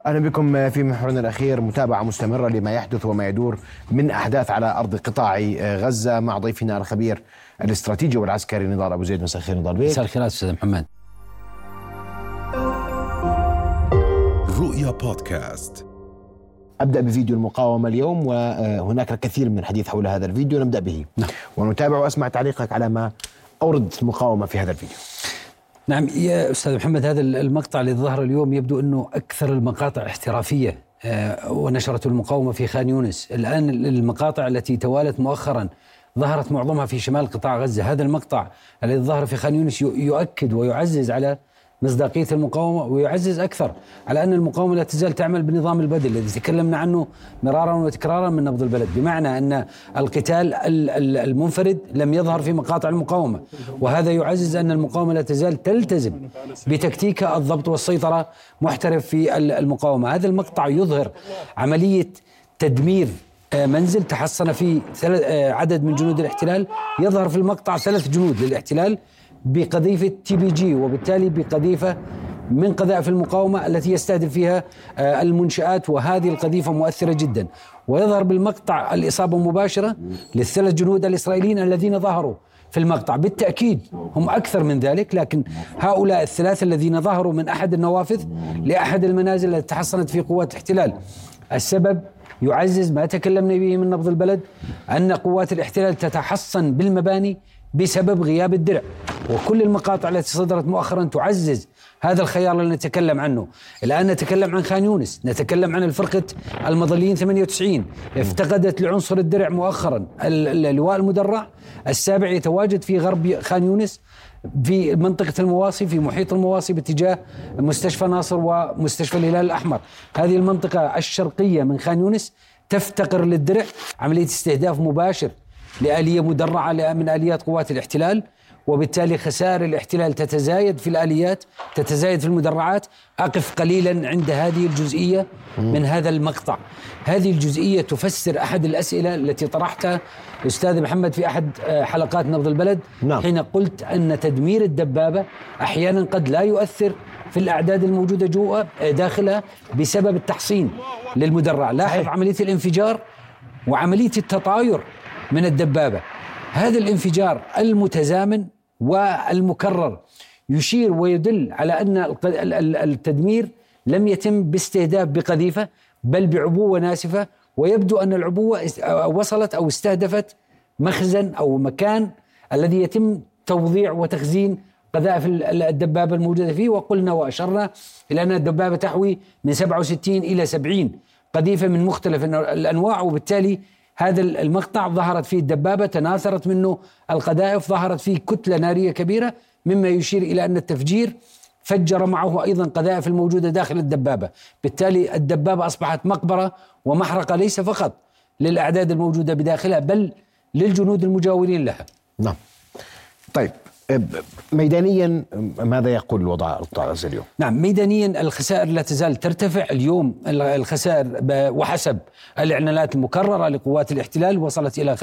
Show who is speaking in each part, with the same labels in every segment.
Speaker 1: أهلا بكم في محورنا الأخير، متابعة مستمرة لما يحدث وما يدور من أحداث على أرض قطاع غزة مع ضيفنا الخبير الاستراتيجي والعسكري نضال أبو زيد. مساء الخير نضال بيك.
Speaker 2: مساء الخير أستاذ محمد.
Speaker 3: رؤيا بودكاست.
Speaker 1: أبدأ بفيديو المقاومة اليوم، وهناك الكثير من الحديث حول هذا الفيديو، نبدأ به ونتابع وأسمع تعليقك على ما أوردت المقاومة في هذا الفيديو.
Speaker 2: نعم يا أستاذ محمد، هذا المقطع اللي ظهر اليوم يبدو أنه أكثر المقاطع احترافية ونشرته المقاومة في خان يونس. الآن المقاطع التي توالت مؤخرا ظهرت معظمها في شمال قطاع غزة. هذا المقطع الذي ظهر في خان يونس يؤكد ويعزز على مصداقية المقاومة، ويعزز أكثر على أن المقاومة لا تزال تعمل بنظام البدل الذي تكلمنا عنه مرارا وتكرارا من نبض البلد، بمعنى أن القتال المنفرد لم يظهر في مقاطع المقاومة، وهذا يعزز أن المقاومة لا تزال تلتزم بتكتيك الضبط والسيطرة محترف في المقاومة. هذا المقطع يظهر عملية تدمير منزل تحصن فيه عدد من جنود الاحتلال. يظهر في المقطع 3 جنود للاحتلال بقذيفة TPG، وبالتالي بقذيفة من قذائف المقاومة التي يستهدف فيها المنشآت، وهذه القذيفة مؤثرة جدا. ويظهر بالمقطع الإصابة مباشرة ل3 جنود الإسرائيليين الذين ظهروا في المقطع. بالتأكيد هم أكثر من ذلك، لكن هؤلاء ال3 الذين ظهروا من أحد النوافذ لأحد المنازل التي تحصنت في قوات الاحتلال. السبب يعزز ما تكلمنا به من نبض البلد، أن قوات الاحتلال تتحصن بالمباني بسبب غياب الدرع، وكل المقاطع التي صدرت مؤخرا تعزز هذا الخيال اللي نتكلم عنه. الآن نتكلم عن خان يونس، نتكلم عن الفرقة المظليين 98 افتقدت لعنصر الدرع مؤخرا. اللواء المدرع السابع يتواجد في غرب خان يونس في منطقة المواصي، في محيط المواصي باتجاه مستشفى ناصر ومستشفى الهلال الأحمر. هذه المنطقة الشرقية من خان يونس تفتقر للدرع، عملية استهداف مباشر لآلية مدرعة من آليات قوات الاحتلال، وبالتالي خسائر الاحتلال تتزايد في الآليات، تتزايد في المدرعات. أقف قليلا عند هذه الجزئية من هذا المقطع. هذه الجزئية تفسر أحد الأسئلة التي طرحتها أستاذ محمد في أحد حلقات نبض البلد.
Speaker 1: نعم.
Speaker 2: حين قلت أن تدمير الدبابة أحيانا قد لا يؤثر في الأعداد الموجودة داخلها بسبب التحصين للمدرع. لاحظ عملية الانفجار وعملية التطاير من الدبابة. هذا الانفجار المتزامن والمكرر يشير ويدل على أن التدمير لم يتم باستهداف بقذيفة بل بعبوة ناسفة، ويبدو أن العبوة وصلت أو استهدفت مخزن أو مكان الذي يتم توضيع وتخزين قذائف الدبابة الموجودة فيه. وقلنا وأشرنا إلى أن الدبابة تحوي من 67 إلى 70 قذيفة من مختلف الأنواع، وبالتالي هذا المقطع ظهرت فيه الدبابة، تناثرت منه القذائف، ظهرت فيه كتلة نارية كبيرة، مما يشير إلى أن التفجير فجر معه أيضا قذائف الموجودة داخل الدبابة. بالتالي الدبابة أصبحت مقبرة ومحرقة ليس فقط للأعداد الموجودة بداخلها بل للجنود المجاورين لها.
Speaker 1: نعم. طيب ميدانيا ماذا يقول الوضع قطاع غزة اليوم؟
Speaker 2: نعم، ميدانيا الخسائر لا تزال ترتفع. اليوم الخسائر وحسب الإعلانات المكررة لقوات الاحتلال وصلت إلى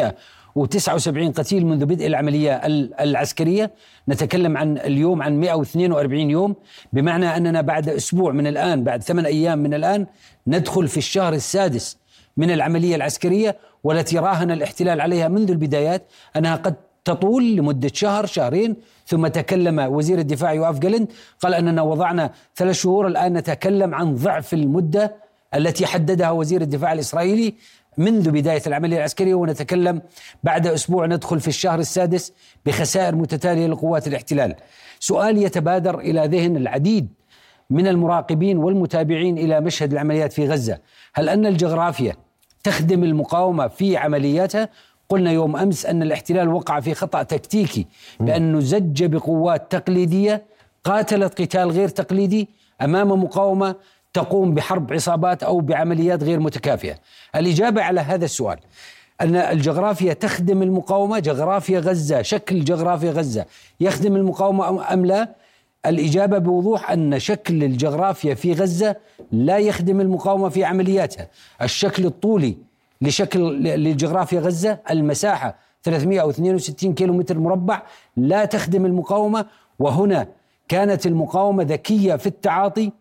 Speaker 2: 579 قتيل منذ بدء العملية العسكرية. نتكلم عن اليوم عن 142 يوم، بمعنى أننا بعد أسبوع من الآن، بعد 8 أيام من الآن، ندخل في الشهر السادس من العملية العسكرية، والتي راهن الاحتلال عليها منذ البدايات أنها قد تطول لمدة شهر شهرين. ثم تكلم وزير الدفاع يوآف جالنت قال أننا وضعنا 3 شهور. الآن نتكلم عن ضعف المدة التي حددها وزير الدفاع الإسرائيلي منذ بداية العملية العسكرية، ونتكلم بعد أسبوع ندخل في الشهر السادس بخسائر متتالية لقوات الاحتلال. سؤال يتبادر إلى ذهن العديد من المراقبين والمتابعين إلى مشهد العمليات في غزة: هل أن الجغرافيا تخدم المقاومة في عملياتها؟ قلنا يوم أمس أن الاحتلال وقع في خطأ تكتيكي بأنه زج بقوات تقليدية قاتلت قتال غير تقليدي أمام مقاومة تقوم بحرب عصابات أو بعمليات غير متكافئة. الإجابة على هذا السؤال أن الجغرافيا تخدم المقاومة، جغرافيا غزة، شكل جغرافيا غزة يخدم المقاومة أم لا؟ الإجابة بوضوح أن شكل الجغرافيا في غزة لا يخدم المقاومة في عملياتها. الشكل الطولي لجغرافيا غزة، المساحة 362 كيلومتر مربع، لا تخدم المقاومة. وهنا كانت المقاومة ذكية في التعاطي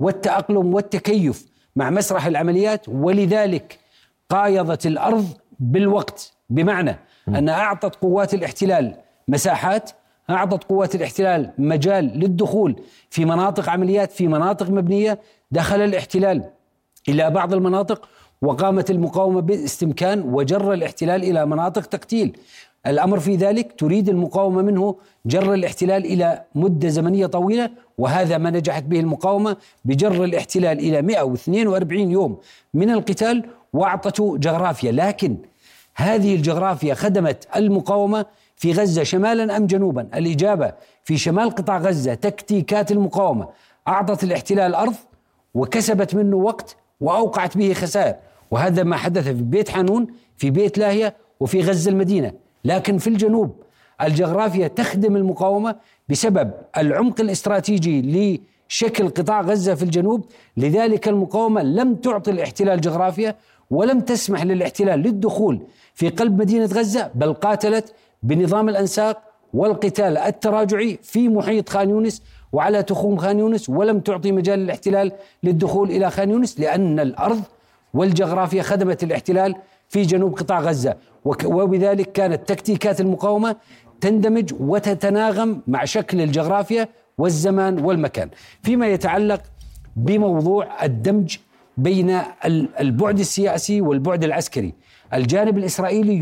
Speaker 2: والتأقلم والتكيف مع مسرح العمليات، ولذلك قايضت الأرض بالوقت، بمعنى أن أعطت قوات الاحتلال مساحات، أعطت قوات الاحتلال مجال للدخول في مناطق عمليات، في مناطق مبنية. دخل الاحتلال إلى بعض المناطق وقامت المقاومة باستمكان وجر الاحتلال إلى مناطق تقتيل. الأمر في ذلك تريد المقاومة منه جر الاحتلال إلى مدة زمنية طويلة، وهذا ما نجحت به المقاومة بجر الاحتلال إلى 142 يوم من القتال، وأعطته جغرافيا. لكن هذه الجغرافيا خدمت المقاومة في غزة شمالا أم جنوبا؟ الإجابة في شمال قطاع غزة تكتيكات المقاومة أعطت الاحتلال أرض وكسبت منه وقت وأوقعت به خسائر، وهذا ما حدث في بيت حانون، في بيت لاهية، وفي غزة المدينة. لكن في الجنوب الجغرافيا تخدم المقاومة بسبب العمق الاستراتيجي لشكل قطاع غزة في الجنوب. لذلك المقاومة لم تعطي الاحتلال جغرافيا ولم تسمح للاحتلال للدخول في قلب مدينة غزة، بل قاتلت بنظام الأنساق والقتال التراجعي في محيط خان يونس وعلى تخوم خان يونس، ولم تعطي مجال للاحتلال للدخول إلى خان يونس، لأن الأرض والجغرافيا خدمت الاحتلال في جنوب قطاع غزة. وبذلك كانت تكتيكات المقاومة تندمج وتتناغم مع شكل الجغرافيا والزمان والمكان. فيما يتعلق بموضوع الدمج بين البعد السياسي والبعد العسكري، الجانب الإسرائيلي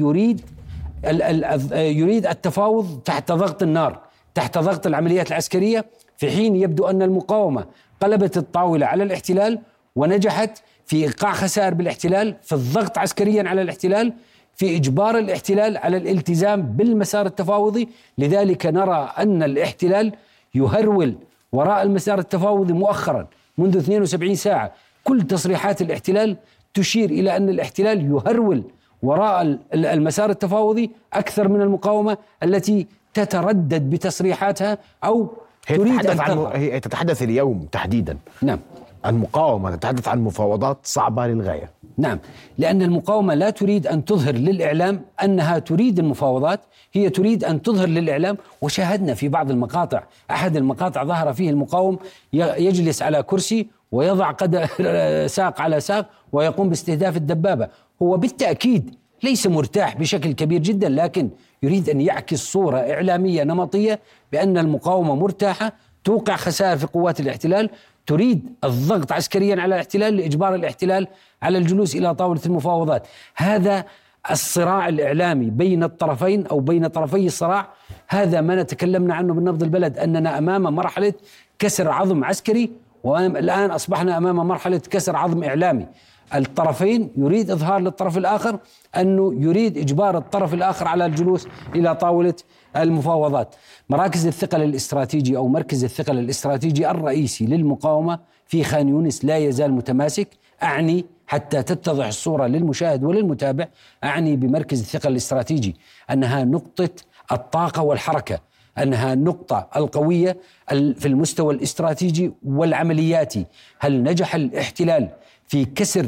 Speaker 2: يريد التفاوض تحت ضغط النار، تحت ضغط العمليات العسكرية، في حين يبدو أن المقاومة قلبت الطاولة على الاحتلال ونجحت في إيقاع خسائر بالاحتلال، في الضغط عسكريا على الاحتلال، في إجبار الاحتلال على الالتزام بالمسار التفاوضي. لذلك نرى أن الاحتلال يهرول وراء المسار التفاوضي مؤخرا منذ 72 ساعة. كل تصريحات الاحتلال تشير إلى أن الاحتلال يهرول وراء المسار التفاوضي أكثر من المقاومة التي تتردد بتصريحاتها أو تريد أن تظهر.
Speaker 1: هي تتحدث اليوم تحديدا.
Speaker 2: نعم،
Speaker 1: المقاومة تتحدث عن مفاوضات صعبة للغاية.
Speaker 2: نعم، لأن المقاومة لا تريد أن تظهر للإعلام أنها تريد المفاوضات، هي تريد أن تظهر للإعلام. وشاهدنا في بعض المقاطع، أحد المقاطع ظهر فيه المقاوم يجلس على كرسي ويضع ساق على ساق ويقوم باستهداف الدبابة. هو بالتأكيد ليس مرتاح بشكل كبير جدا، لكن يريد أن يعكس صورة إعلامية نمطية بأن المقاومة مرتاحة، توقع خسائر في قوات الاحتلال، تريد الضغط عسكريا على الاحتلال لإجبار الاحتلال على الجلوس إلى طاولة المفاوضات. هذا الصراع الإعلامي بين الطرفين أو بين طرفي الصراع، هذا ما نتكلمنا عنه بالنبض البلد، أننا أمام مرحلة كسر عظم عسكري، والآن أصبحنا أمام مرحلة كسر عظم إعلامي. الطرفين يريد إظهار للطرف الآخر أنه يريد إجبار الطرف الآخر على الجلوس إلى طاولة المفاوضات. مراكز الثقل الاستراتيجي أو مركز الثقل الاستراتيجي الرئيسي للمقاومة في خان يونس لا يزال متماسك. أعني حتى تتضح الصورة للمشاهد وللمتابع، أعني بمركز الثقل الاستراتيجي أنها نقطة الطاقة والحركة، أنها النقطة القوية في المستوى الاستراتيجي والعملياتي. هل نجح الاحتلال في كسر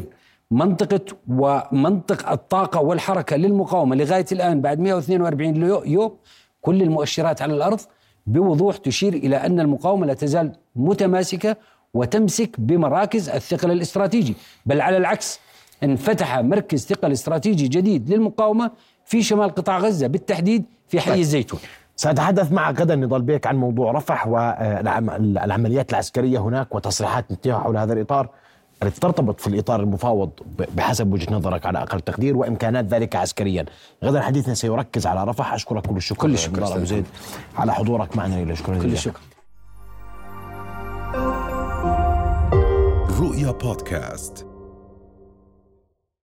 Speaker 2: منطق الطاقة والحركة للمقاومة لغاية الآن بعد 142 يوم؟ كل المؤشرات على الأرض بوضوح تشير إلى أن المقاومة لا تزال متماسكة وتمسك بمراكز الثقل الاستراتيجي، بل على العكس انفتح مركز ثقل استراتيجي جديد للمقاومة في شمال قطاع غزة، بالتحديد في حي الزيتون.
Speaker 1: سأتحدث معك غدا نضال بيك عن موضوع رفح والعمليات العسكرية هناك وتصريحات نتيجة حول هذا الإطار التي ترتبط في الإطار المفاوض بحسب وجهة نظرك على أقل تقدير وإمكانات ذلك عسكريا. غدا حديثنا سيركز على رفح. أشكرك كل الشكر نضال أبو زيد على حضورك معنا إلى شكرا
Speaker 2: كل الشكر.
Speaker 3: رؤيا بودكاست.